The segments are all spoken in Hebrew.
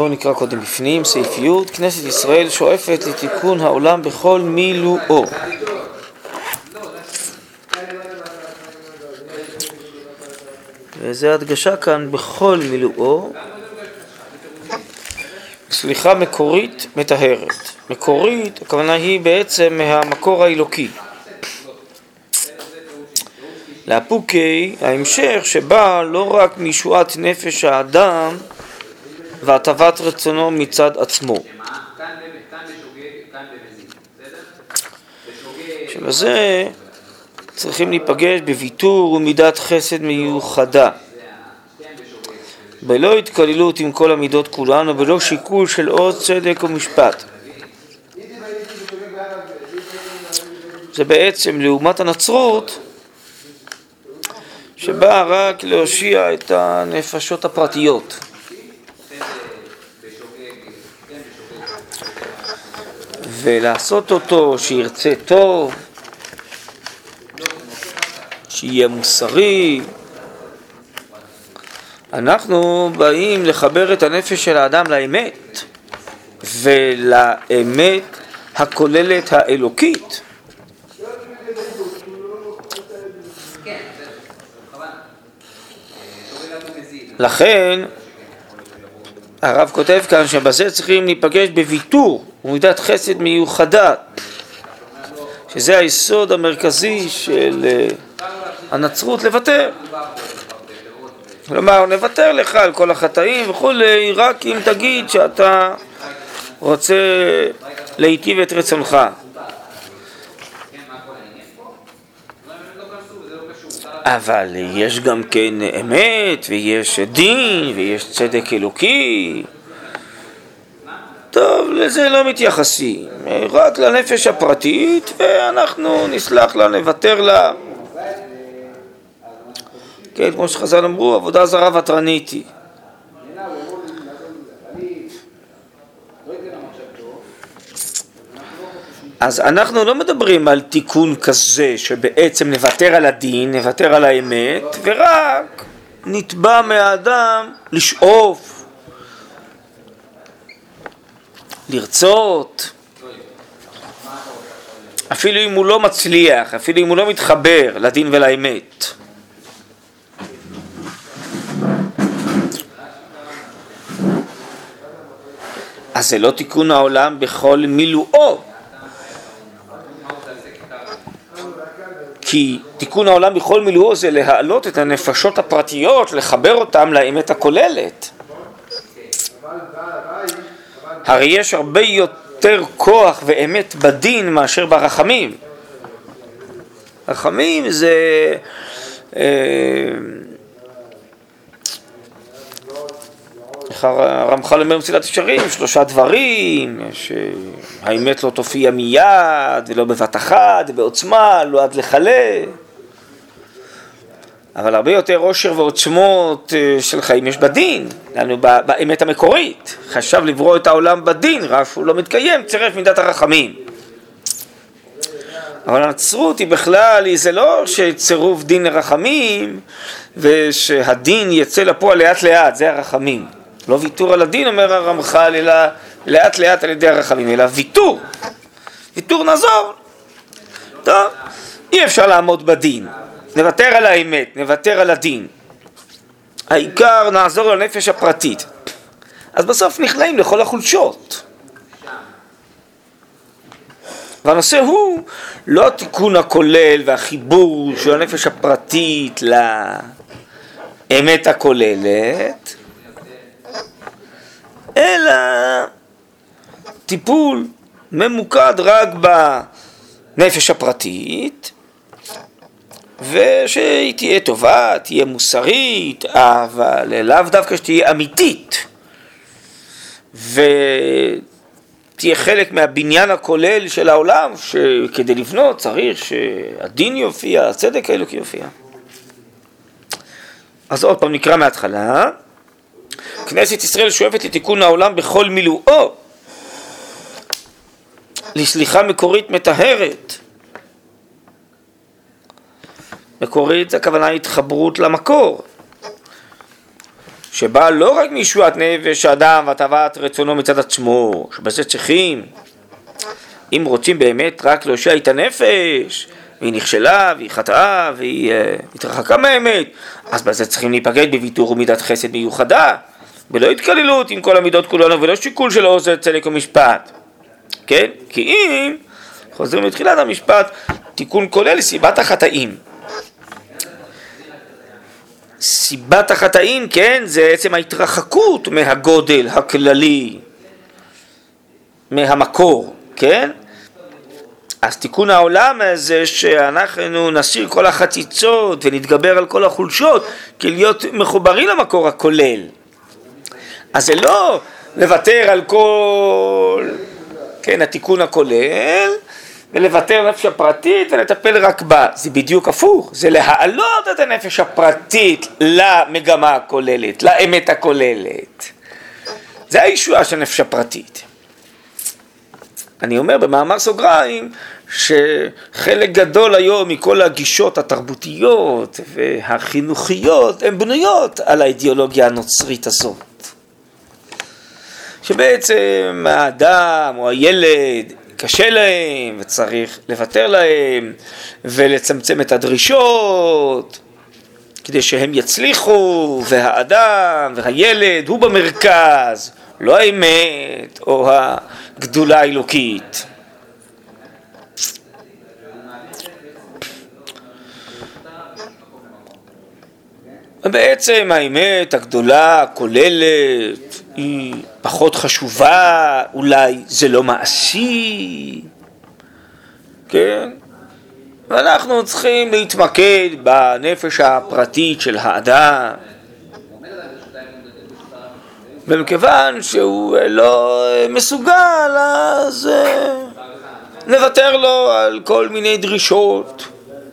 בואו נקרא קודם בפנים, סעיף י'. כנסת ישראל שואפת לתיקון העולם בכל מילואו. וזה הדגשה כאן, בכל מילואו. סליחה מקורית מטהרת. מקורית, הכוונה היא בעצם מהמקור האלוקי. לאפוקי, ההמשך שבא לא רק מישועת נפש האדם והטבת רצונו מצד עצמו. שבזה צריכים להיפגש בוויתור ומידת חסד מיוחדה. בלא התקללות עם כל המידות כולן ובלא שיקול של עוד צדק ומשפט. זה בעצם לעומת הנצרות שבאה רק להושיע את הנפשות הפרטיות. ולעשות אותו שירצה טוב, שיהיה מוסרי. אנחנו באים לחבר את הנפש של האדם לאמת, ולאמת הכוללת האלוקית. לכן הרב כותב כאן שבזה צריכים להיפגש בוויתור ומידת חסד מיוחדה, שזה היסוד המרכזי של הנצרות, לוותר. כלומר, נוותר לך על כל החטאים וכולי, רק אם תגיד שאתה רוצה להיטיב את רצונך. אבל יש גם כן אמת, ויש דין, ויש צדק אלוקי. טוב, לזה לא מתייחסים, רק לנפש הפרטית, ואנחנו נסלח לה, נוותר לה. כן, כמו שחז"ל אמרו, עבודה זרה ותרנית היא. אז אנחנו לא מדברים על תיקון כזה שבעצם נוותר על הדין, נוותר על האמת, ורק נתבע מהאדם לשאוף, לרצות, אפילו אם הוא לא מצליח, אפילו אם הוא לא מתחבר לדין ולאמת. אז זה לא תיקון העולם בכל מילואו. כי תיקון העולם בכל מילואו זה להעלות את הנפשות הפרטיות, לחבר אותם לאמת הכוללת. הרי יש הרבה יותר כוח ואמת בדין מאשר ברחמים. רחמים זה הרמח"ל אומר במסילת ישרים, 3 דברים, שהאמת לא תופיע מיד ולא בבת אחת, בעוצמה, לא עד לחלה. אבל הרבה יותר עושר ועוצמות של חיים יש בדין, לנו באמת המקורית. חשב לברוא את העולם בדין, רק שהוא לא מתקיים, צירף מידת הרחמים. אבל הנצרות היא בכלל, זה לא שצירוף דין לרחמים, ושהדין יצא לפועל לאט לאט, זה הרחמים. לא ויתור על הדין, אומר הרמח"ל, אלא לאט לאט על ידי הרחמים, אלא ויתור. ויתור נעזור. טוב, אי אפשר לעמוד בדין. נוותר על האמת, נוותר על הדין. העיקר נעזור לנפש הפרטית. אז בסוף נכנעים לכל החולשות. והנושא הוא לא התיקון הכולל והחיבור של הנפש הפרטית לאמת הכוללת, אלא טיפול ממוקד רק בנפש הפרטית, ושהיא תהיה טובה, תהיה מוסרית, אבל לאו דווקא שתהיה אמיתית, ותהיה חלק מהבניין הכולל של העולם, שכדי לבנות צריך שהדין יופיע, הצדק האלוקי יופיע. אז עוד פעם נקרא מההתחלה. כנסת ישראל שואפת לתיקון העולם בכל מילואו, לסליחה מקורית מטהרת. מקורית זה הכוונה התחברות למקור. שבא לא רק מישועת נפש האדם והטבת רצונו מצד עצמו, שבזה צריכים, אם רוצים באמת רק להושיע את הנפש, והיא נכשלה, והיא חטאה, והיא התרחקה מהאמת, אז בזה צריכים להיפגד בוויתור ומידת חסד מיוחדה, ולא התקללות עם כל המידות כולנו, ולא שיקול של עוזר צדק ומשפט. כן? כי אם, חוזרים לתחילת המשפט, תיקון כולל סיבת החטאים. סיבת החטאים, כן, זה עצם ההתרחקות מהגודל הכללי, מהמקור, כן? אז תיקון העולם הזה שאנחנו נסיר כל החציצות ונתגבר על כל החולשות, כי להיות מחוברים למקור הכולל. אז זה לא לוותר על כל, כן, התיקון הכולל, ולוותר נפש הפרטית ולטפל רק בה. זה בדיוק הפוך, זה להעלות את הנפש הפרטית למגמה הכוללת, לאמת הכוללת. זה הישועה של נפש הפרטית. אני אומר במאמר סוגריים שחלק גדול היום מכל הגישות התרבותיות והחינוכיות הן בנויות על האידיאולוגיה הנוצרית הזאת. שבעצם האדם או הילד קשה להם וצריך לוותר להם ולצמצם את הדרישות כדי שהם יצליחו, והאדם והילד הוא במרכז, לא האמת או הגדולה האלוקית. בעצם האמת הגדולה הכוללת היא פחות חשובה, אולי זה לא מעשי, כן? ואנחנו צריכים להתמקד בנפש הפרטית של האדם, ומכיוון שהוא לא מסוגל, אז נוותר לו על כל מיני דרישות.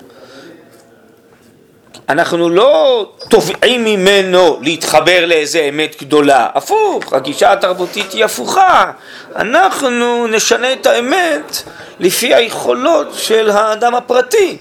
אנחנו לא תובעים ממנו להתחבר לאיזה אמת גדולה, הפוך, הגישה התרבותית היא הפוכה. אנחנו נשנה את האמת לפי היכולות של האדם הפרטי,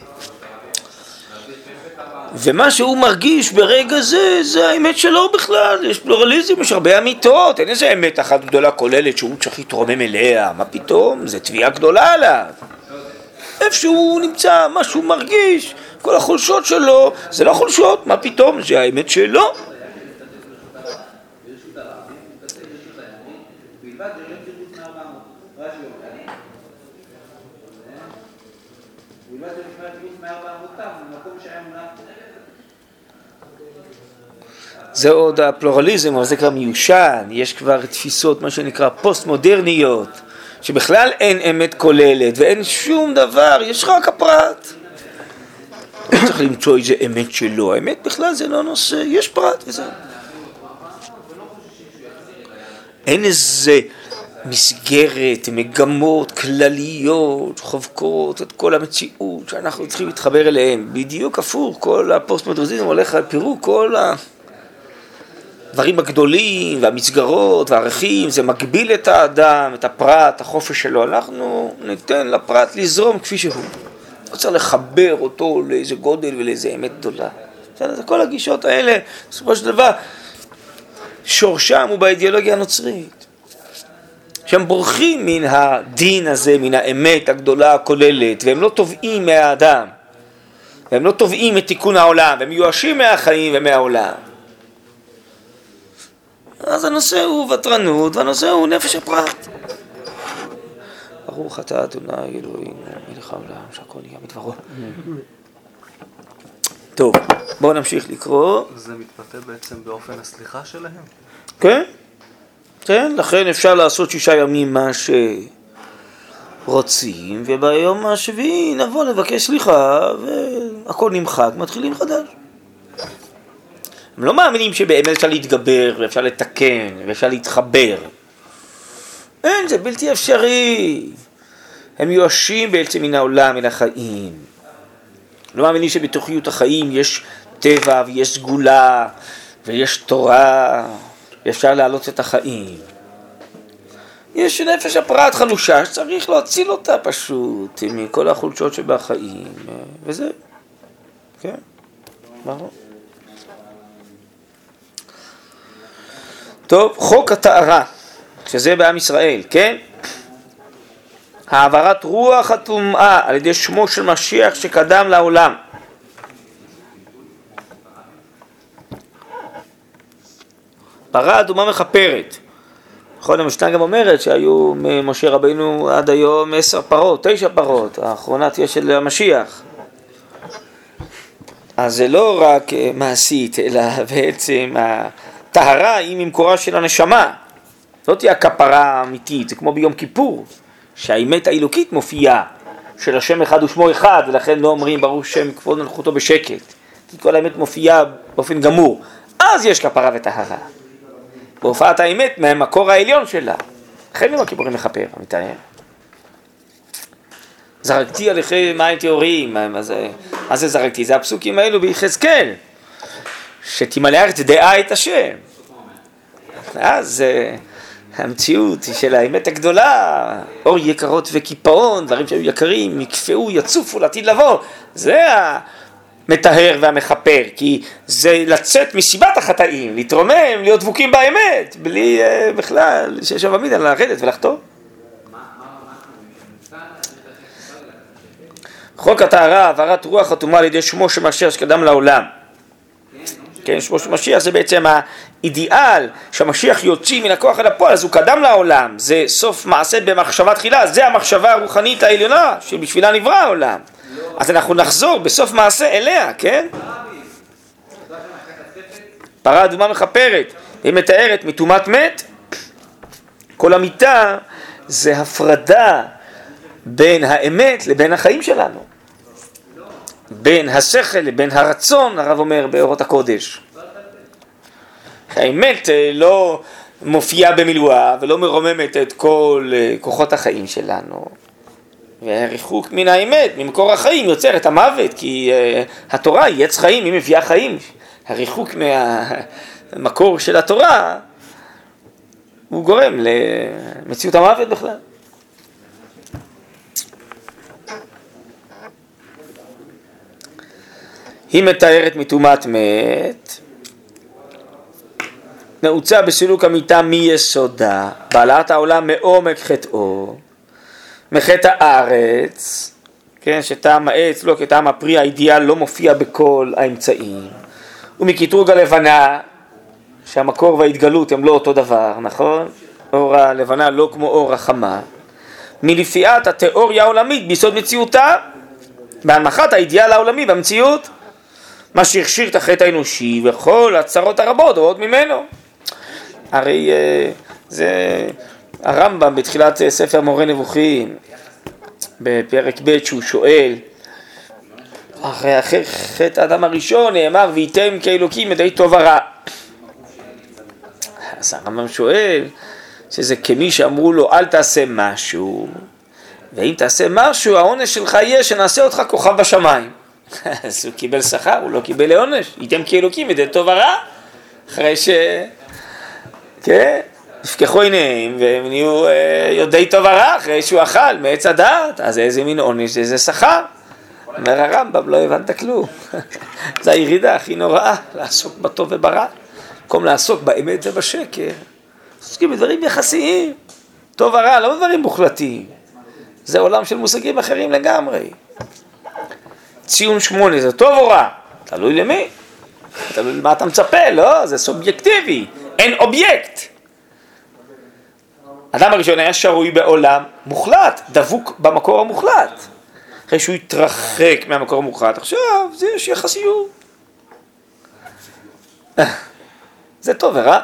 ומה שהוא מרגיש ברגע זה, זה האמת שלו בכלל. יש פלורליזם, יש הרבה אמיתות, אין איזה אמת אחת גדולה כוללת שהוא צריך להתרומם אליה. מה פתאום? זה תביעה גדולה עליו. איפה שהוא נמצא, מה שהוא מרגיש, כל החולשות שלו, זה לא חולשות, מה פתאום? זה האמת שלו. זה עוד הפלורליזם, אבל זה כבר מיושן. יש כבר תפיסות, מה שנקרא פוסט-מודרניות, שבכלל אין אמת כוללת ואין שום דבר, יש רק הפרט. צריך למצוא איזה אמת שלו, האמת בכלל זה לא נושא, יש פרט וזה. אין איזה מסגרת, מגמות כלליות, חובקות את כל המציאות שאנחנו צריכים להתחבר אליהם. בדיוק הפוך, כל הפוסט-מודרניזם הולך על פירוק כל הדברים הגדולים והמסגרות והערכים, זה מגביל את האדם, את הפרט, החופש שלו. אנחנו ניתן לפרט לזרום כפי שהוא. לא צריך לחבר אותו לאיזה גודל ולאיזה אמת גדולה. כל הגישות האלה, בסופו של דבר, שורשם הוא באידיאולוגיה הנוצרית. שהם בורחים מן הדין הזה, מן האמת הגדולה הכוללת, והם לא תובעים מהאדם. והם לא תובעים את תיקון העולם, והם מיואשים מהחיים ומהעולם. אז הנושא הוא וטרנות, והנושא הוא נפש הפרט. ברוך אתה אדוני אלוהינו מלך העולם שהכל נהיה בדברו. טוב, בואו נמשיך לקרוא. זה מתבטא בעצם באופן הסליחה שלהם? כן, כן, לכן אפשר לעשות 6 ימים מה שרוצים, וביום השביעי נבוא לבקש סליחה, והכל נמחק, מתחילים חדש. הם לא מאמינים שבאמת אפשר להתגבר, ואפשר לתקן, ואפשר להתחבר. אין, זה בלתי אפשרי. הם יואשים בעצם מן העולם, מן החיים. לא מאמינים שבתוכיות החיים יש טבע ויש סגולה ויש תורה, ואפשר להעלות את החיים. יש נפש הפרט חלושה שצריך להציל אותה פשוט מכל החולשות שבחיים, וזה, כן, ברור. טוב, חוק הטהרה, שזה בעם ישראל, כן? העברת רוח הטומאה על ידי שמו של משיח שקדם לעולם. פרה אדומה מכפרת. נכון, המשנה גם אומרת שהיו ממשה רבינו עד היום 10 פרות, 9 פרות, האחרונה תהיה של המשיח. אז זה לא רק מעשית, אלא בעצם הטהרה היא ממקורה של הנשמה. זאת תהיה הכפרה האמיתית, זה כמו ביום כיפור, שהאמת האלוקית מופיעה, של השם אחד ושמו אחד, ולכן לא אומרים ברוך שם כבוד מלכותו בשקט. כי כל האמת מופיעה באופן גמור. אז יש כפרה וטהרה. בהופעת האמת מהמקור העליון שלה. לכן יום הכיפורים מכפר, מתאר. זרקתי עליכם מים טהורים. מה זה זרקתי? זה הפסוקים האלו ביחזקאל. שתמלא הארץ דעה את השם. אז המציאות של האמת הגדולה, אור יקרות וקיפאון, דברים שהיו יקרים, יקפאו, יצופו לעתיד לבוא. זה המטהר והמכפר, כי זה לצאת מסיבת החטאים, להתרומם, להיות דבוקים באמת, בלי בכלל שיש שם עמיד על לרדת ולחתום. חוק הטהרה, העברת רוח הטומאה על ידי שמו של משיח שקדם לעולם. כן, שמו של משיח זה בעצם האידיאל שהמשיח יוציא מן הכוח אל הפועל, אז הוא קדם לעולם, זה סוף מעשה במחשבה תחילה, זה המחשבה הרוחנית העליונה שבשבילה נברא העולם. אז אנחנו נחזור בסוף מעשה אליה, כן? פרה אדומה מכפרת, היא מתארת מטומאת מת. כל המיטה זה הפרדה בין האמת לבין החיים שלנו. בין השכל לבין הרצון, הרב אומר באורות הקודש. האמת לא מופיעה במילואה ולא מרוממת את כל כוחות החיים שלנו. והריחוק מן האמת, ממקור החיים, יוצר את המוות, כי התורה היא עץ חיים, היא מביאה חיים. הריחוק מהמקור של התורה הוא גורם למציאות המוות בכלל. היא מתארת מטומאת מת, נעוצה בסילוק המיטה מיסודה, בעלת העולם מעומק חטאו, מחטא הארץ, כן, שטעם העץ לא כטעם הפרי, האידיאל לא מופיע בכל האמצעים, ומקטרוג הלבנה, שהמקור וההתגלות הם לא אותו דבר, נכון? אור הלבנה לא כמו אור החמה, מלפיעת התיאוריה העולמית ביסוד מציאותה, בהנמכת האידיאל העולמי במציאות, מה שהכשיר את החטא האנושי וכל הצרות הרבות עוד ממנו. הרי זה הרמב"ם בתחילת ספר מורה נבוכים בפרק ב' שהוא שואל, אחרי חטא האדם הראשון נאמר וייתם כאלוקים ידי טוב ורע. אז הרמב"ם שואל שזה כמי שאמרו לו אל תעשה משהו, ואם תעשה משהו העונש שלך יהיה שנעשה אותך כוכב בשמיים. אז הוא קיבל שכר, הוא לא קיבל לעונש, ייתם כאלוקים ידי טוב ורע, אחרי כן, נפקחו עיניהם והם נהיו יודעי טוב ורע אחרי שהוא אכל מעץ הדעת, אז איזה מין עונש, איזה שכר. אומר הרמב"ם, לא הבנת כלום. זה הירידה הכי נוראה, לעסוק בטוב וברע. במקום לעסוק באמת ובשקר, עוסקים בדברים יחסיים. טוב ורע, לא בדברים מוחלטים. זה עולם של מושגים אחרים לגמרי. ציון 8, זה טוב או רע? תלוי למי? תלוי למה אתה מצפה, לא? זה סובייקטיבי. אין אובייקט. אדם הראשון היה שרוי בעולם מוחלט, דבוק במקור המוחלט. אחרי שהוא התרחק מהמקור המוחלט, עכשיו זה יש יחסיות. זה טוב ורע.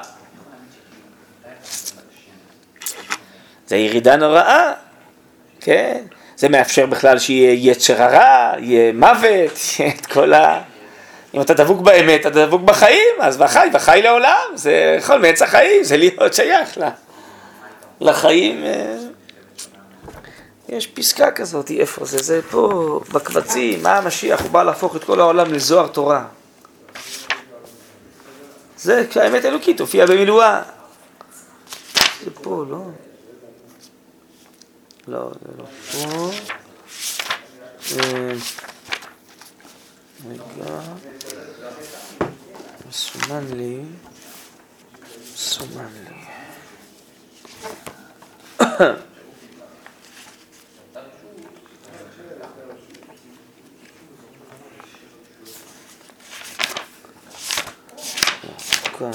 זה ירידה נוראה. כן? זה מאפשר בכלל שיהיה יצר הרע, יהיה מוות, יהיה את כל אם אתה דבוק באמת, אתה דבוק בחיים, אז וחי לעולם, זה יכול מעץ החיים, זה להיות שייך לחיים. יש פסקה כזאת, איפה זה? זה פה בקבצים, מה המשיח? הוא בא להפוך את כל העולם לזוהר תורה. זה כשהאמת אלוקית הופיע במילואה. זה פה, לא? לא, זה לא פה. רגע. מסומן לי. סומן לי. כאן.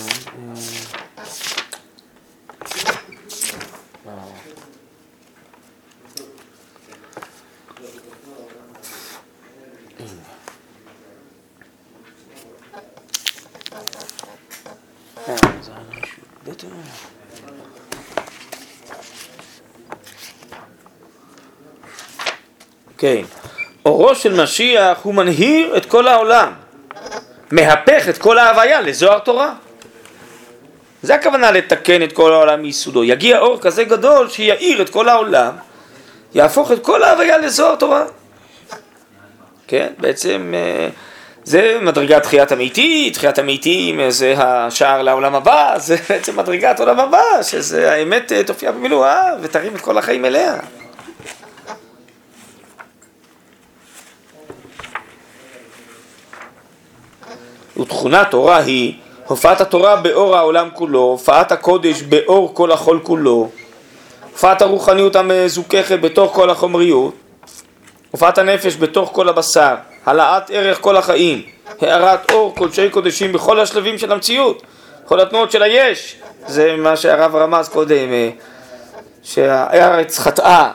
כן, אורו של משיח הוא מנהיר את כל העולם, מהפך את כל ההוויה לזוהר תורה. זה הכוונה לתקן את כל העולם מיסודו. יגיע אור כזה גדול שיעיר את כל העולם, יהפוך את כל ההוויה לזוהר תורה. כן, בעצם זה מדרגת תחיית המתים. תחיית המתים זה השער לעולם הבא, זה בעצם מדרגת עולם הבא, שזה האמת תופיע במילואה ותרים את כל החיים אליה. ותכונת תורה היא הופעת התורה באור העולם כולו, הופעת הקודש באור כל החול כולו, הופעת הרוחניות המזוככת בתוך כל החומריות, הופעת הנפש בתוך כל הבשר, העלאת ערך כל החיים, הארת אור קודשי קודשים בכל השלבים של המציאות, בכל התנועות של היש. זה מה שהרב רמז קודם, שהארץ חטאה,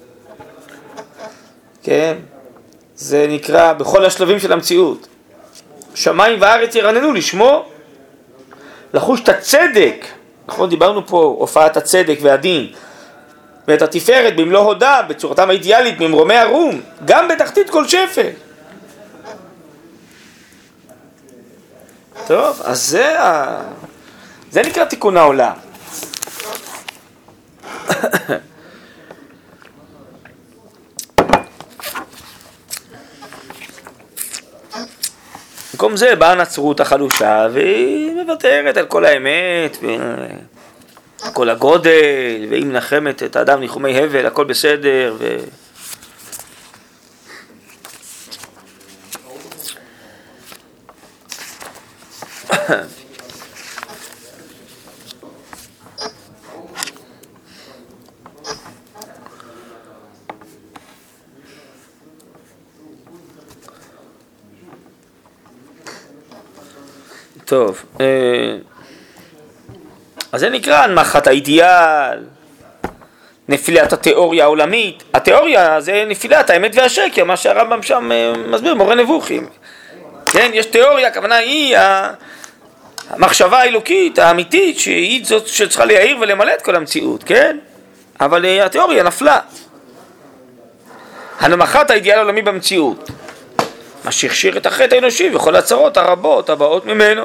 כן? זה נקרא בכל השלבים של המציאות. שמיים וארץ ירננו לשמו, לחוש את הצדק. נכון, דיברנו פה הופעת הצדק והדין, ואת התפארת במלוא הודה, בצורתם האידיאלית, ממרומי הרום, גם בתחתית כל שפל. טוב, אז זה נקרא תיקון העולם. במקום זה באה הנצרות החלושה והיא מוותרת על כל האמת כל הגודל, והיא מנחמת את האדם ניחומי הבל, הכל בסדר טוב, אז זה נקרא הנמכת האידיאל, נפילת התיאוריה העולמית. התיאוריה זה נפילת האמת והשקר, מה שהרמב"ם שם מסביר, מורה נבוכים. כן, יש תיאוריה, הכוונה היא המחשבה האלוקית, האמיתית, שהיא זאת שצריכה להעיר ולמלא את כל המציאות, כן? אבל התיאוריה נפלה. הנמכת האידיאל העולמי במציאות, מה שהכשיר את החטא האנושי וכל הצרות הרבות הבאות ממנו.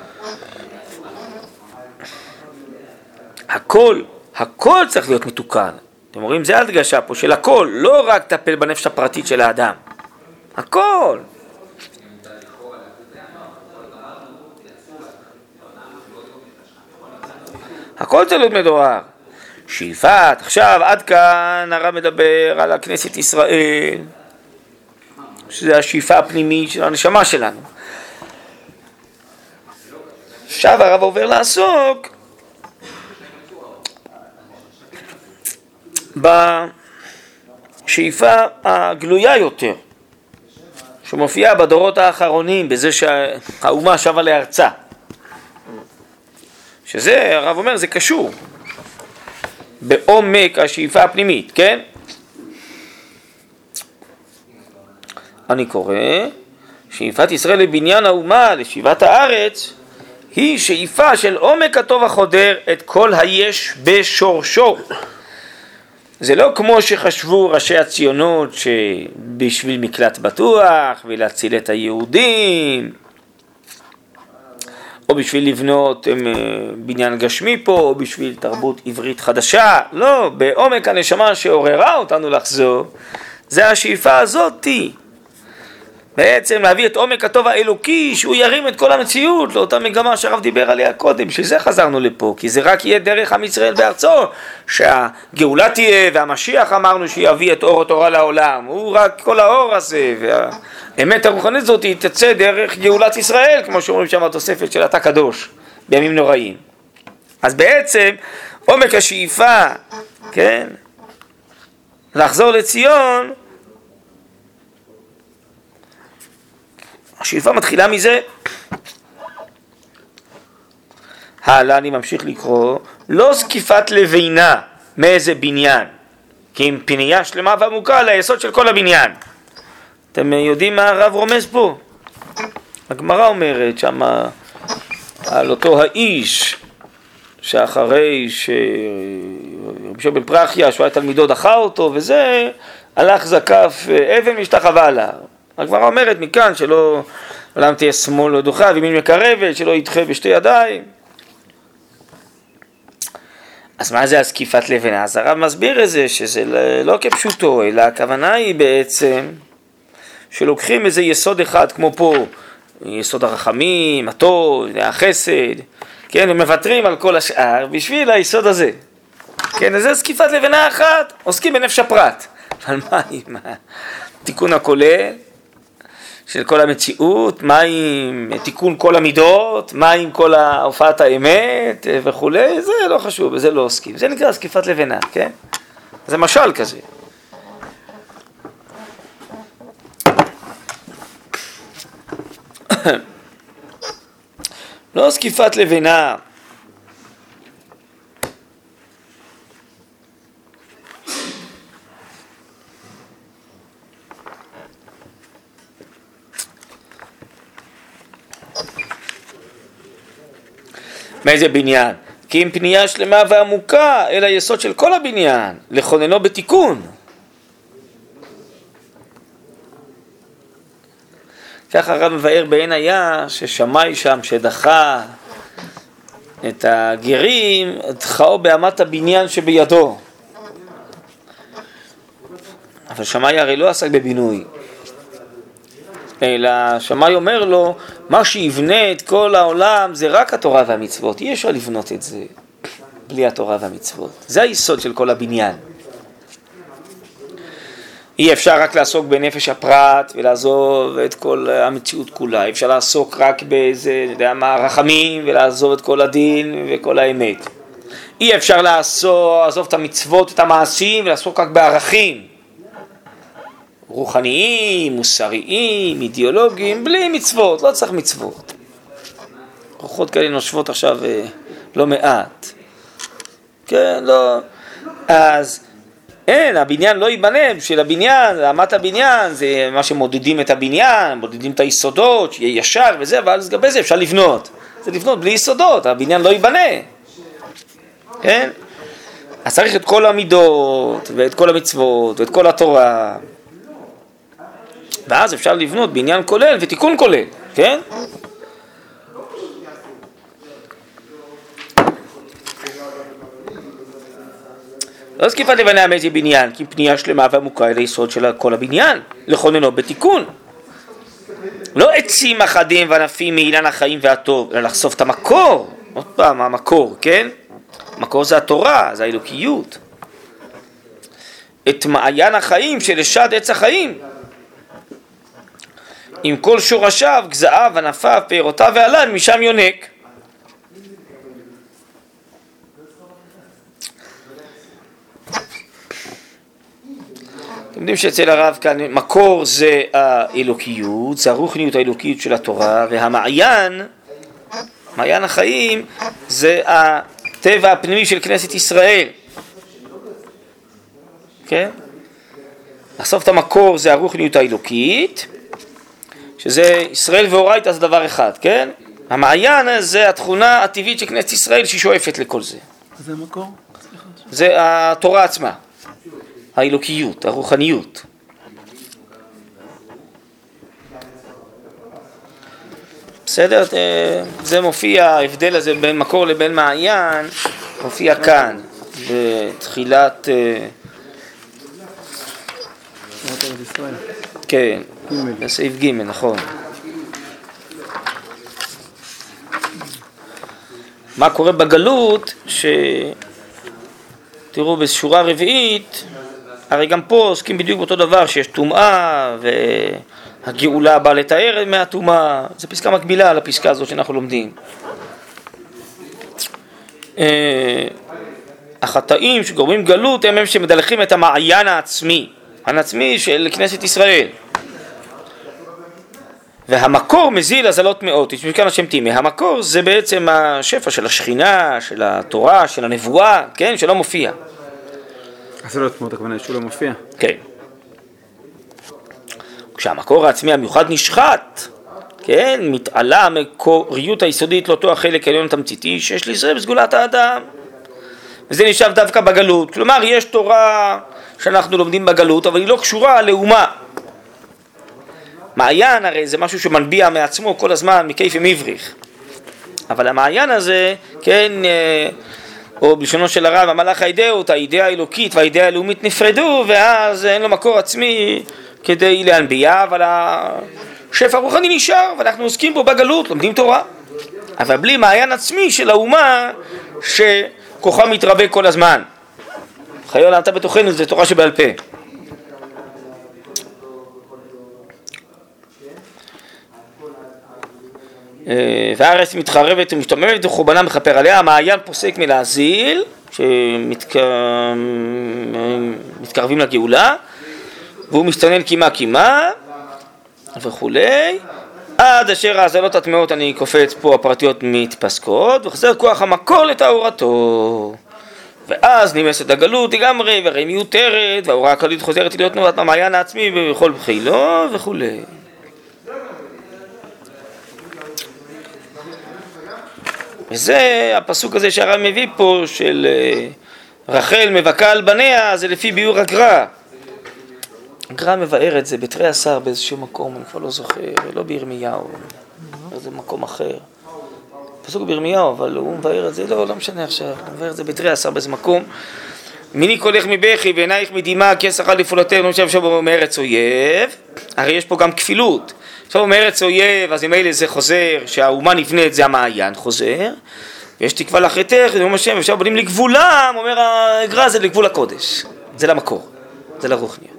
הכל צריך להיות מתוקן. אתם רואים, זה הדגשה פה של הכל, לא רק טפל בנפש הפרטית של האדם. הכל. הכל צריך להיות מדורר. שאיפת, עכשיו עד כאן הרב מדבר על הכנסת ישראל, שזה השאיפה הפנימית של הנשמה שלנו. עכשיו הרב עובר לעסוק בשאיפה הגלויה יותר, שמופיעה בדורות האחרונים, בזה שהאומה שבה לארצה. שזה, הרב אומר, זה קשור בעומק השאיפה הפנימית, כן? אני קורא, שאיפת ישראל לבניין האומה, לשיבת הארץ, היא שאיפה של עומק הטוב החודר את כל היש בשורשו. זה לא כמו שחשבו ראשי הציונות שבשביל מקלט בטוח ולהציל את היהודים, או בשביל לבנות בניין גשמי פה, או בשביל תרבות עברית חדשה. לא, בעומק הנשמה שעוררה אותנו לחזור, זה השאיפה הזאת. בעצם להביא את עומק הטוב האלוקי, שהוא ירים את כל המציאות לאותה מגמה שהרב דיבר עליה קודם. שזה חזרנו לפה, כי זה רק יהיה דרך עם ישראל בארצו, שהגאולה תהיה, והמשיח אמרנו שיביא את אור התורה לעולם. הוא רק כל האור הזה, והאמת הרוחנית הזאת היא תצא דרך גאולת ישראל, כמו שאומרים שם התוספת של התא קדוש, בימים נוראים. אז בעצם עומק השאיפה, כן, לחזור לציון, השאיפה מתחילה מזה. הלאה אני ממשיך לקרוא, לא זקיפת לבינה מאיזה בניין, כי אם פנייה שלמה ועמוקה ליסוד של כל הבניין. אתם יודעים מה הרב רומז פה? הגמרא אומרת שמה על אותו האיש שאחרי שרבי שמעון בן פרחיה שהוא היה תלמידו דחה אותו וזה, הלך זקף אבן והשתחווה עליו. הגמרא אומרת מכאן שלא עולם תהיה שמאל לא דוחה וימין מקרבת, שלא ידחה בשתי ידיים. אז מה זה הזקיפת לבנה? אז הרב מסביר את זה שזה לא כפשוטו, אלא הכוונה היא בעצם שלוקחים איזה יסוד אחד כמו פה, יסוד הרחמים, הטוב, החסד, כן, ומוותרים על כל השאר בשביל היסוד הזה. כן, אז זה זקיפת לבנה אחת, עוסקים בנפש הפרט. אבל מה עם התיקון הכולל של כל המציאות, מה עם תיקון כל המידות, מה עם כל הופעת האמת וכולי, זה לא חשוב, בזה לא עוסקים. זה נקרא זקיפת לבנה, כן? זה משל כזה. לא זקיפת לבנה. מאיזה בניין? כי אם פנייה שלמה ועמוקה אל היסוד של כל הבניין, לכוננו בתיקון. ככה הרב מבאר בעין היה ששמאי שם שדחה את הגרים, דחאו באמת הבניין שבידו. אבל שמאי הרי לא עסק בבינוי. אלא שמאי אומר לו, מה שיבנה את כל העולם זה רק התורה והמצוות. אי אפשר לבנות את זה בלי התורה והמצוות. זה היסוד של כל הבניין. אי אפשר רק לעסוק בנפש הפרט ולעזוב את כל המציאות כולה. אי אפשר לעסוק רק באיזה, רחמים ולעזוב את כל הדין וכל האמת. אי אפשר לעזוב את המצוות, את המעשים ולעסוק רק בערכים. רוחניים, מוסריים, אידיאולוגיים, בלי מצוות, לא צריך מצוות. רוחות כאלה נושבות עכשיו לא מעט. כן, לא. אז אין, הבניין לא ייבנה, בשביל הבניין, רמת הבניין, זה מה שמודדים את הבניין, מודדים את היסודות, שיהיה ישר וזה, אבל לגבי זה אפשר לבנות. זה לבנות בלי יסודות, הבניין לא ייבנה. כן? אז צריך את כל המידות, ואת כל המצוות, ואת כל התורה. ואז אפשר לבנות בניין כולל ותיקון כולל, כן? לא זקיפת לבנה מאיזה בניין, כי פנייה שלמה ועמוקה אל היסוד של כל הבניין, לכוננו בתיקון. לא עצים אחדים וענפים מאילן החיים והטוב, אלא לחשוף את המקור. עוד פעם, המקור, כן? המקור זה התורה, זה האלוקיות. את מעיין החיים שלשד עץ החיים. עם כל שורשיו, גזעיו, ענפיו, פירותיו ועליו, משם יונק. אתם יודעים שאצל הרב כאן מקור זה האלוקיות, זה הרוחניות האלוקית של התורה, והמעיין, מעיין החיים, זה הטבע הפנימי של כנסת ישראל. כן? לחשוף את המקור זה הרוחניות האלוקית, שזה ישראל ואורייתא זה דבר אחד, כן? המעיין זה התכונה הטבעית של כנסת ישראל שהיא שואפת לכל זה. זה מקור? זה התורה עצמה, האלוקיות, הרוחניות. בסדר? זה מופיע, ההבדל הזה בין מקור לבין מעיין, מופיע כאן, בתחילת... כן, בסעיף ג', נכון. מה קורה בגלות, תראו בשורה רביעית, הרי גם פה עוסקים בדיוק באותו דבר, שיש טומאה והגאולה באה לתאר מהטומאה, זו פסקה מקבילה לפסקה הזאת שאנחנו לומדים. החטאים שגורמים גלות הם שמדלכים את המעיין העצמי, העצמי של כנסת ישראל. והמקור מזיל הזלות מאוד, תשמעו כאן השם תימי, המקור זה בעצם השפע של השכינה, של התורה, של הנבואה, כן, שלא מופיע. הזלות מאוד, הכוונה שהוא לא מופיע. כן. כשהמקור העצמי המיוחד נשחט, כן, מתעלה המקוריות היסודית לאותו החלק העליון תמציתי שיש לישראל בסגולת האדם. וזה נשאר דווקא בגלות, כלומר יש תורה שאנחנו לומדים בגלות, אבל היא לא קשורה לאומה. מעיין הרי זה משהו שמנביע מעצמו כל הזמן מכיף מבריך. אבל המעיין הזה, כן, או בלשונו של הרב, המלאך האידאות, האידאה האלוקית והאידאה הלאומית נפרדו, ואז אין לו מקור עצמי כדי להנביע, אבל השפע הרוחני נשאר, ואנחנו עוסקים בו בגלות, לומדים תורה. אבל בלי מעיין עצמי של האומה שכוחה מתרבה כל הזמן. חיי עולמתה בתוכנו, זה תורה שבעל פה. והארץ מתחרבת ומשתוממת וחורבנה מכפר עליה. המעיין פוסק מלהזיל שמתקרבים לגאולה, והוא מסתנן קימה וכולי, עד אשר ההזלות הטמאות, אני קופץ פה, הפרטיות מתפסקות, וחזר כוח המקור לטהרתו, ואז נמסת הגלות לגמרי, והרי מיותרת, וההוראה הכללית חוזרת להיות תנועת המעיין העצמי בכל בחילו וכולי. וזה הפסוק הזה שהרב מביא פה של רחל מבכה על בניה, זה לפי ביאור הגר"א. הגר"א מבאר את זה בתרי עשר באיזשהו מקום, אני כבר לא זוכר, לא בירמיהו, זה מקום אחר. פסוק בירמיהו, אבל הוא מבאר את זה, לא משנה עכשיו, הוא מבאר את זה בתרי עשר באיזה מקום. מיני קולך מבכי ועינייך מדמעה כסך על לפעולתך, עכשיו מארץ אויב, הרי יש פה גם כפילות. עכשיו מארץ אויב, אז אם אלה זה חוזר, שהאומה נבנית זה המעיין חוזר, ויש תקווה לאחריתך, זה אומר השם, עכשיו בונים לגבולם, אומר הגר"א זה לגבול הקודש, זה למקור, זה לרוחניות.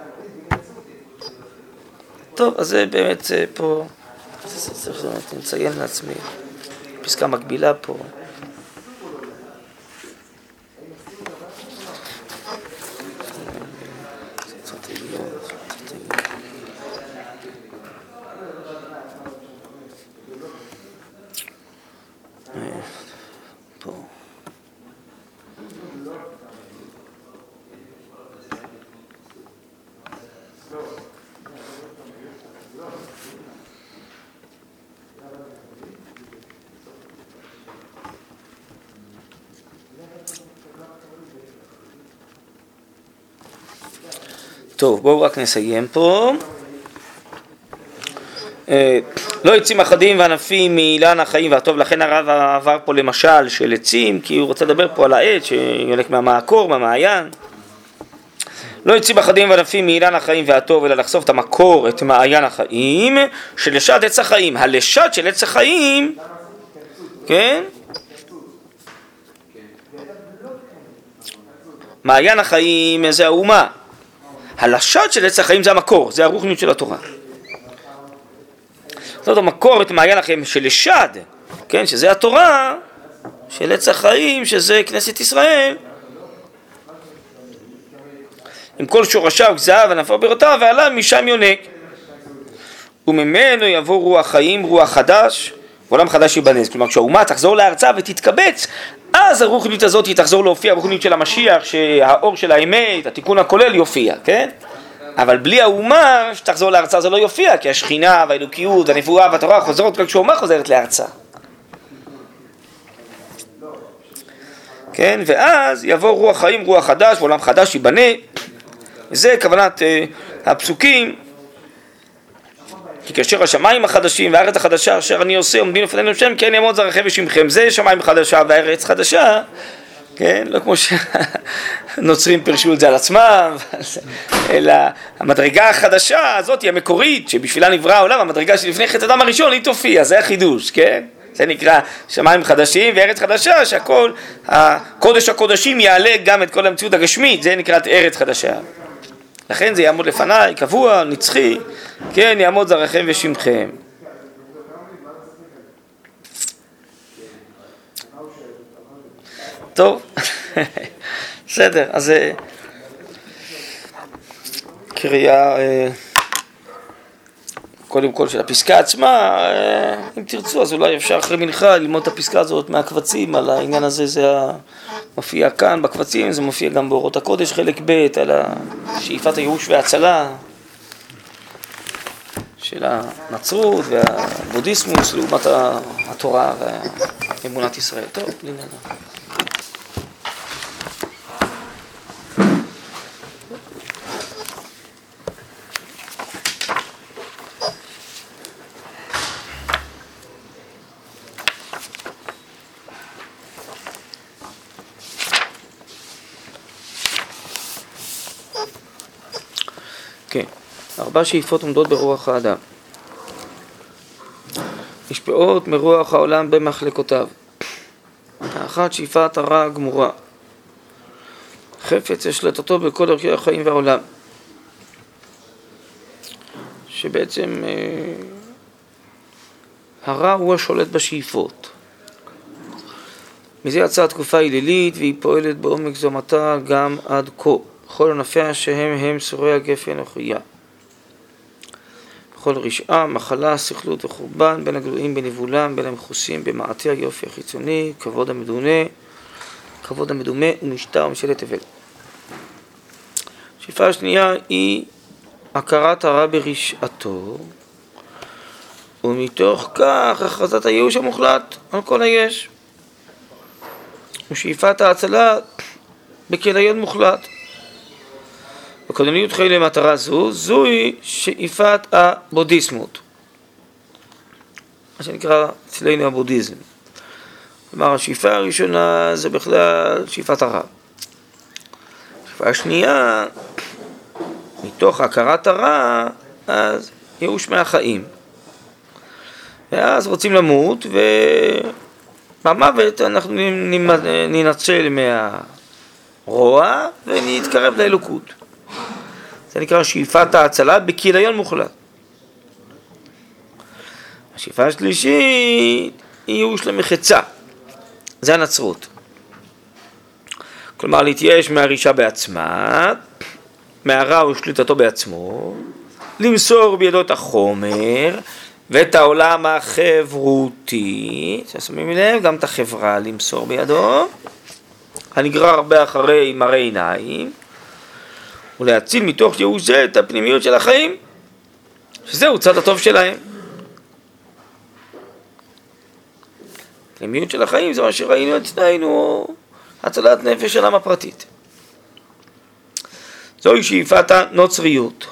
טוב, אז זה באמת פה, צריך לציין לעצמי, פסקה מקבילה פה. טוב, בואו רק נסיים פה. לא עצים אחדים וענפים מאילן החיים והטוב, לכן הרב עבר פה למשל של עצים, כי הוא רוצה לדבר פה על העץ שיולק מהמעקור, מהמעיין. לא עצים אחדים וענפים מאילן החיים והטוב, אלא לחשוף את המקור, את מעיין החיים, שלשד עץ החיים. הלשד של עץ החיים, כן? מעיין החיים זה האומה. הלשד של עץ החיים זה המקור, זה הרוחניות של התורה. זאת אומרת, המקור את מעיין החיים של לשד, כן, שזה התורה של עץ החיים, שזה כנסת ישראל, עם כל שורשיו גזעיו ונפו בירותיו, ועליו משם יונק. וממנו יבוא רוח חיים, רוח חדש, ועולם חדש ייבנס. כלומר, כשהאומה תחזור לארצה ותתקבץ, אז הרוחניות הזאת תחזור להופיע, הרוחניות של המשיח, שהאור של האמת, התיקון הכולל יופיע, כן? אבל בלי האומה שתחזור לארצה זה לא יופיע, כי השכינה והאלוקיות והנבואה והתורה חוזרות רק כשהאומה חוזרת לארצה. כן? ואז יבוא רוח חיים, רוח חדש, ועולם חדש ייבנה. וזה כוונת הפסוקים. כי כאשר השמיים החדשים והארץ החדשה אשר אני עושה עומדים לפנינו השם, כן יעמוד זרעכם ושמכם. זה שמיים חדשה והארץ חדשה, כן? לא כמו שנוצרים פרשו את זה על עצמם, אלא המדרגה החדשה הזאת היא המקורית, שבשבילה נברא העולם, המדרגה שלפני חטא אדם הראשון היא תופיע, זה החידוש, כן? זה נקרא שמיים חדשים וארץ חדשה, שהכל, הקודש הקודשים יעלה גם את כל המציאות הגשמית, זה נקראת ארץ חדשה. לכן זה יעמוד לפניי, קבוע, נצחי, כן, יעמוד זרעכם ושמכם. טוב, בסדר, אז קריאה קודם כל של הפסקה עצמה, אם תרצו אז אולי אפשר אחרי מנחה ללמוד את הפסקה הזאת מהקבצים על העניין הזה, זה מופיע כאן בקבצים, זה מופיע גם באורות הקודש חלק ב' על שאיפת הייאוש וההצלה של הנצרות והבודהיזמוס לעומת התורה ואמונת ישראל. טוב, לעניין. כן, 4 שאיפות עומדות ברוח האדם. משפעות מרוח העולם במחלקותיו. האחת, שאיפת הרע הגמורה. חפץ השלטתו בכל ערכי החיים והעולם. שבעצם הרע הוא השולט בשאיפות. מזה יצאה תקופה הילילית והיא פועלת בעומק זומתה גם עד כה. בכל ענפיה שהם שוררי הגפן והחוליה. בכל רשעה, מחלה, סכלות וחורבן, בין הגלויים בניבולם, בין המכוסים במעטי היופי החיצוני, כבוד המדומה ומשטר ומשלת תבל. השאיפה השנייה היא הכרת הרע ברשעתו, ומתוך כך הכרזת הייאוש המוחלט על כל היש. ושאיפת ההצלה בכליון מוחלט. בקודמיות חיי למטרה זוהי שאיפת הבודהיזמות, מה שנקרא אצלנו הבודהיזם. כלומר, השאיפה הראשונה זה בכלל שאיפת הרע. השאיפה השנייה, מתוך הכרת הרע, אז ייאוש מהחיים. ואז רוצים למות, ובמוות אנחנו ננצל מהרוע ונתקרב לאלוקות. זה נקרא שאיפת ההצלה בכיליון מוחלט. השאיפה השלישית היא ייאוש למחצה. זה הנצרות. כלומר, להתייאש מהרישה בעצמה, מהרע ושליטתו בעצמו, למסור בידו את החומר ואת העולם החברותי, ששמים לב, גם את החברה למסור בידו, הנגרר הרבה אחרי מראה עיניים, ולהציל מתוך ייאוש זה את הפנימיות של החיים, שזהו צד הטוב שלהם. הפנימיות של החיים זה מה שראינו אצלנו, הצלת נפש של עם הפרטית. זוהי שאיפת הנוצריות.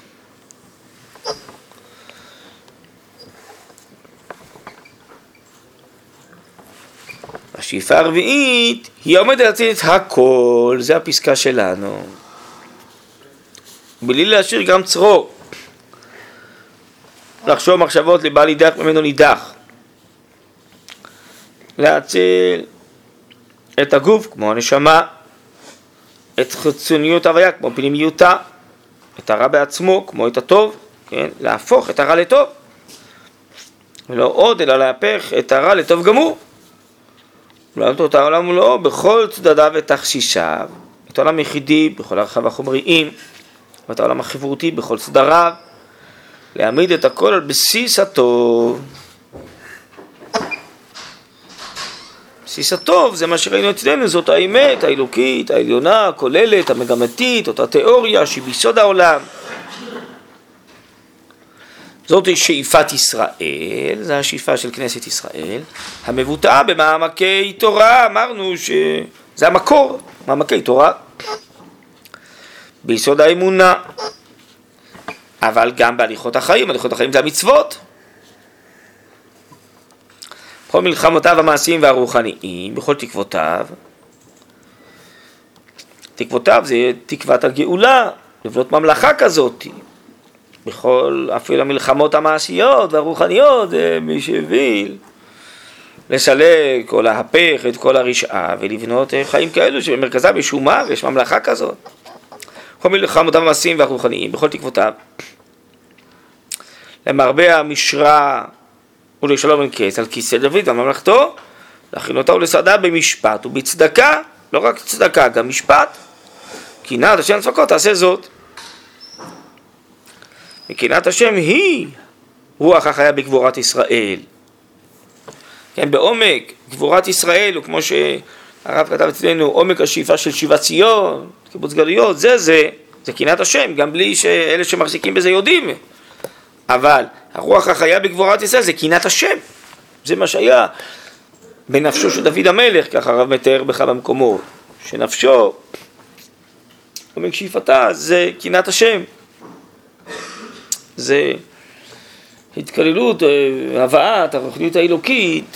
השאיפה הרביעית היא עומדת להציל את הכל, זה הפסקה שלנו. בלי להשאיר גם צרו, לחשוב מחשבות לבעל נידח ממנו נידח, להציל את הגוף כמו הנשמה, את חיצוניות הוויה כמו פנימיותה, את הרע בעצמו כמו את הטוב, כן? להפוך את הרע לטוב, ולא עוד אלא להפך את הרע לטוב גמור, ולעלות את העולם מולו בכל צדדיו ותכסיסיו, את העולם יחידי בכל ערכיו החומריים, ואת העולם החברותי בכל סדריו, להעמיד את הכל על בסיס הטוב. בסיס הטוב זה מה שראינו אצלנו, זאת האמת האלוקית, העליונה, הכוללת, המגמתית, אותה תיאוריה שהיא ביסוד העולם. זאת שאיפת ישראל, זה השאיפה של כנסת ישראל, המבוטאה במעמקי תורה, אמרנו שזה המקור, מעמקי תורה. ביסוד האמונה, אבל גם בהליכות החיים, הליכות החיים זה המצוות. בכל מלחמותיו המעשיים והרוחניים, בכל תקוותיו. תקוותיו זה תקוות הגאולה, לבנות ממלכה כזאת. בכל אפילו המלחמות המעשיות והרוחניות, זה מי שהוביל לסלק או להפך את כל הרשעה ולבנות חיים כאלו שבמרכזם יש אומה ויש ממלכה כזאת. בכל מלחמותיו המעשיים והרוחניים, בכל תקוותיו. למרבה המשרה ולשלום אין קץ על כיסא דוד וממלכתו, להכין אותה ולסעדה במשפט ובצדקה לא רק צדקה, גם משפט. קנאת השם לפקות, תעשה זאת. וקנאת השם היא רוח החיה בגבורת ישראל. כן, בעומק גבורת ישראל, הוא כמו שהרב כתב אצלנו, עומק השאיפה של שיבת ציון, קיבוץ גלויות, זה קנאת השם, גם בלי שאלה שמחזיקים בזה יודעים. אבל הרוח החיה בגבורת ישראל זה קנאת השם. זה מה שהיה בנפשו של דוד המלך, ככה הרב מתאר בכמה מקומות, שנפשו, עומק שאיפתה, זה קנאת השם. זה התקללות, הבאת הרוחניות האלוקית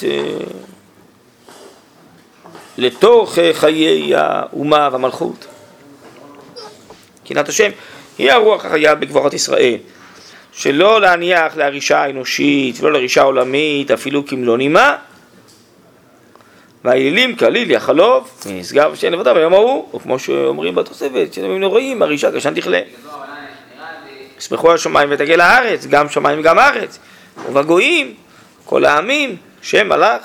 לתוך חיי האומה והמלכות. קנאת השם היא הרוח החיה בגבורת ישראל, שלא להניח להרישה האנושית ולא להרישה העולמית אפילו כמלוא נימה. והאלילים כליל יחלוב נסגר שאין לבדה ביום ההוא, או כמו שאומרים בתוספת, שימים נוראים, הרישה כשן תכלה. יסמכו על שמיים ותגל הארץ, גם שמיים וגם הארץ, ובגויים, כל העמים, שם מלך.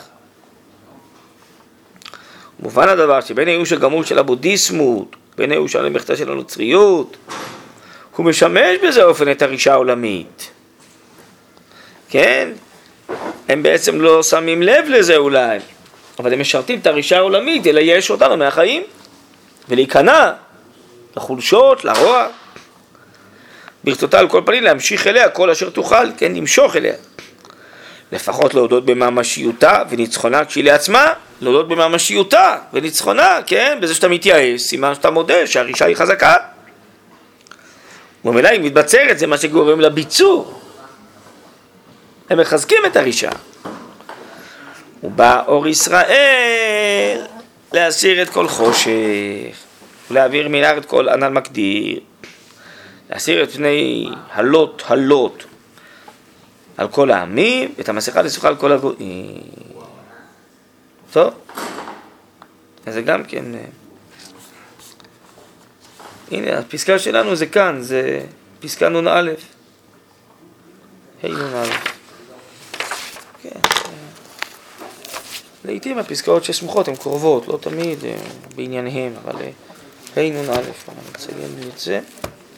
מובן הדבר שבין הייאוש הגמור של הבודהיזמות, בין הייאוש המחתה של הנוצריות, הוא משמש בזה אופן את הרישה העולמית. כן? הם בעצם לא שמים לב לזה אולי, אבל הם משרתים את הרישה העולמית, אלא יש אותנו מהחיים, ולהיכנע לחולשות, לרוע. ברצותה על כל פנים להמשיך אליה כל אשר תוכל, כן, למשוך אליה. לפחות להודות בממשיותה וניצחונה כשהיא לעצמה, להודות בממשיותה וניצחונה, כן, בזה שאתה מתייאש, סימן שאתה מודה שהרישה היא חזקה. וממילא היא מתבצרת, זה מה שגורם לביצור. הם מחזקים את הרישה. ובא אור ישראל להסיר את כל חושך, ולהעביר מן הארץ כל ענן מקדיר, להסיר את פני הלוט על כל העמים, ואת המסכה לסוכה על כל הגויים. טוב, אז זה גם כן, הנה הפסקה שלנו זה כאן, זה פסקה נון א', נון א'. כן, לעתים הפסקאות שסמוכות הן קרובות, לא תמיד בענייניהם, אבל נון א', אני מציין את זה.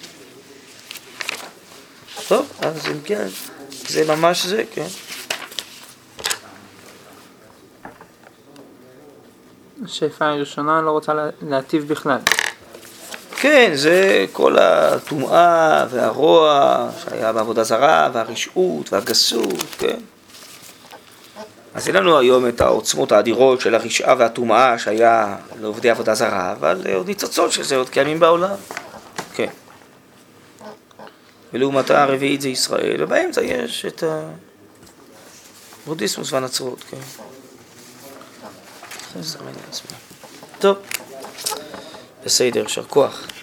טוב, אז אם כן, זה ממש זה, כן. השאיפה הראשונה לא רוצה להטיב בכלל. כן, זה כל הטומאה והרוע שהיה בעבודה זרה, והרשעות והגסות, כן. אז אין לנו היום את העוצמות האדירות של הרשעה והטומאה שהיה לעובדי עבודה זרה, אבל עוד ניצוצות של זה עוד קיימים בעולם. כן. ולעומתה הרביעית זה ישראל, ובאמצע יש את הבודהיזמוס והנצרות, כן. טוב, בסדר, יישר כוח.